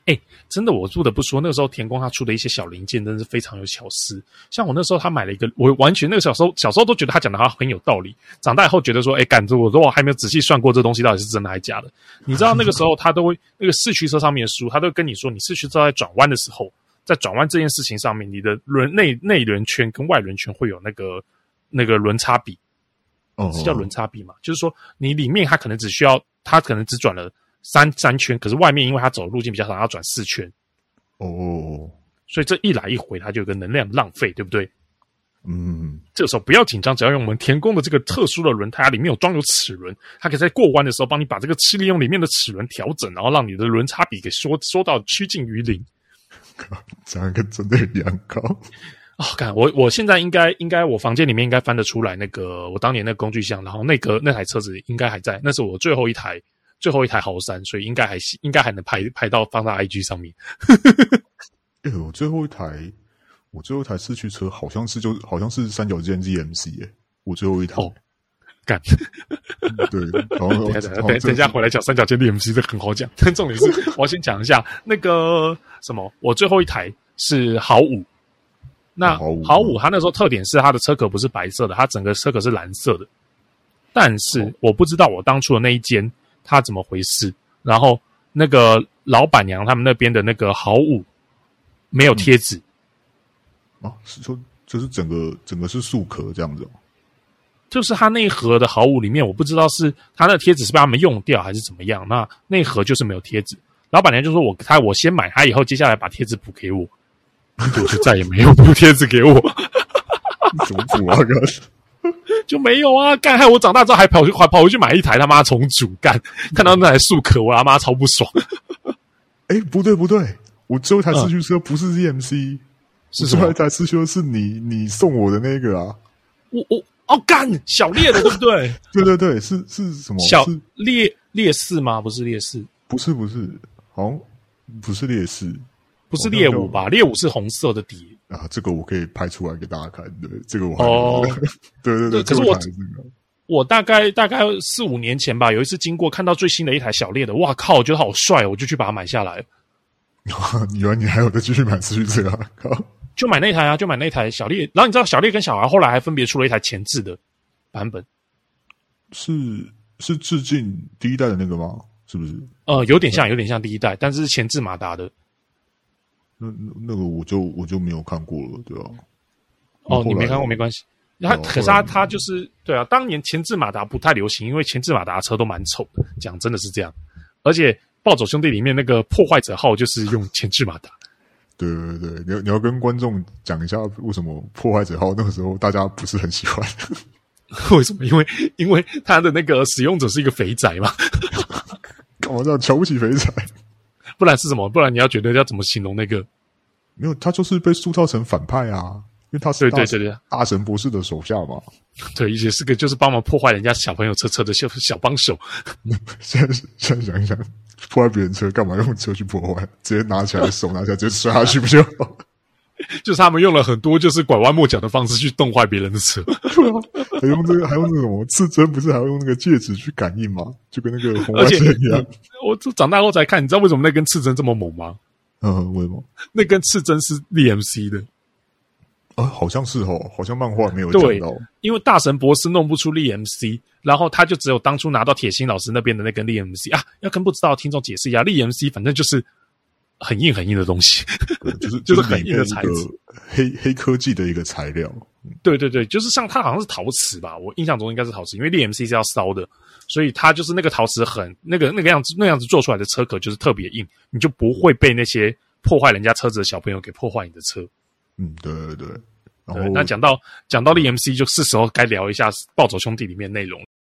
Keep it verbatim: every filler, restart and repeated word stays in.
哎，真的，我不得不说，那个时候田宫他出的一些小零件真的是非常有巧思。像我那时候他买了一个，我完全那个小时候小时候都觉得他讲的好像很有道理，长大以后觉得说，哎，感觉我都还没有仔细算过这东西到底是真的还是假的。你知道那个时候他都会那个四驱车上面的书，他都会跟你说，你四驱车在转弯的时候，在转弯这件事情上面，你的轮内内轮圈跟外轮圈会有那个那个轮差比， 哦， 是叫轮差比嘛？就是说你里面它可能只需要，它可能只转了三三圈，可是外面因为它走的路径比较长，要转四圈。 哦， 所以这一来一回，它就有个能量浪费，对不对？ 嗯， 这个时候不要紧张，只要用我们田宫的这个特殊的轮胎，它里面有装有齿轮，它可以在过弯的时候帮你把这个齿利用里面的齿轮调整，然后让你的轮差比给缩缩到趋近于零。 这样跟真的一样高。 哦，看我我现在应该应该我房间里面应该翻得出来那个我当年那个工具箱，然后那个那台车子应该还在，那是我最后一台最后一台豪山，所以应该还应该还能拍拍到放到 I G 上面。 哎、欸，我最后一台我最后一台四驱车好像是就好像是三角剑 Z M C 耶，我最后一台。 哦，干， 对，然后等等等等一下回来讲三角剑 D M C 这很好讲，但重点是我要先讲一下那个什么，我最后一台是豪五。那豪五它那时候特点是它的车壳不是白色的，它整个车壳是蓝色的。但是我不知道我当初的那一间它怎么回事，然后那个老板娘他们那边的那个豪五没有贴纸、 嗯、啊，是说就是整个整个是素壳这样子、哦。 就是它那一盒的豪五里面，我不知道是它那贴纸是被他们用掉还是怎么样，那那一盒就是没有贴纸。老板娘就说我他我先买，他以后接下来把贴纸补给我。我就再也没有补贴纸给我。 怎么补啊？干就没有啊！干害我长大之后还跑去还跑回去买一台他妈重组干，看到那台速可我他妈超不爽。 哎、欸，不对不对，我最后一台四驱车不是 Z M C，、嗯、是最后一台四驱车是你你送我的那个啊。 我我哦干小烈的对不对？ 对对对，是是什么？ 小烈烈士吗？不是烈士， 不是不是，好像不是烈士。 不是猎舞吧？猎舞是红色的底啊，这个我可以拍出来给大家看。对，这个我还哦， 对对对。 可是我我大概大概四五年前吧，有一次经过看到最新的一台小猎的，哇靠，我觉得好帅哦，我就去把它买下来。 原来你还有再继续买四驱车啊？靠， 就买那台啊，就买那台小猎。然后你知道小猎跟小孩后来还分别出了一台前置的版本， 是是致敬第一代的那个吗？是不是？ 呃，有点像，有点像第一代，但是是前置马达的。 那那个我就我就没有看过了，对吧、啊？ 哦，你没看过没关系。他可是他他就是对啊，当年前置马达不太流行，因为前置马达的车都蛮丑的，讲真的是这样。而且暴走兄弟里面那个破坏者号就是用前置马达。 对对对，你要你要跟观众讲一下为什么破坏者号那个时候大家不是很喜欢。 为什么？因为因为他的那个使用者是一个肥宅嘛。 干嘛这样瞧不起肥宅？ 不然是什么？不然你要觉得要怎么形容那个？ 没有，他就是被塑造成反派啊，因为他是大对对对对大神博士的手下嘛。 对，也是个就是帮忙破坏人家小朋友车车的小小帮手。 现在现在想一想，破坏别人车干嘛用车去破坏？直接拿起来手拿起来直接摔下去不就好？ 就是他们用了很多就是拐弯抹角的方式去动坏别人的车。 对啊，还用这个还用那个什么刺针，不是还要用那个戒指去感应吗？就跟那个红外线一样。 我长大后才看，你知道为什么那根刺针这么猛吗？ 嗯，为什么？ 那根刺针是 D M C 的。 啊，好像是哦，好像漫画没有讲到。 因为大神博士弄不出 D M C， 然后他就只有当初拿到铁心老师那边的那根 D M C 啊。要跟不知道的听众解释一下 ，D M C 反正就是很硬很硬的东西， 就是就是很硬的材质， 黑黑科技的一个材料。 对对对，就是像它好像是陶瓷吧，我印象中应该是陶瓷，因为 D M C 是要烧的，所以它就是那个陶瓷很那个那个样子那样子做出来的车壳就是特别硬，你就不会被那些破坏人家车子的小朋友给破坏你的车。 嗯，对对对。 对，那讲到讲到 D M C， 就是时候该聊一下《暴走兄弟》里面内容。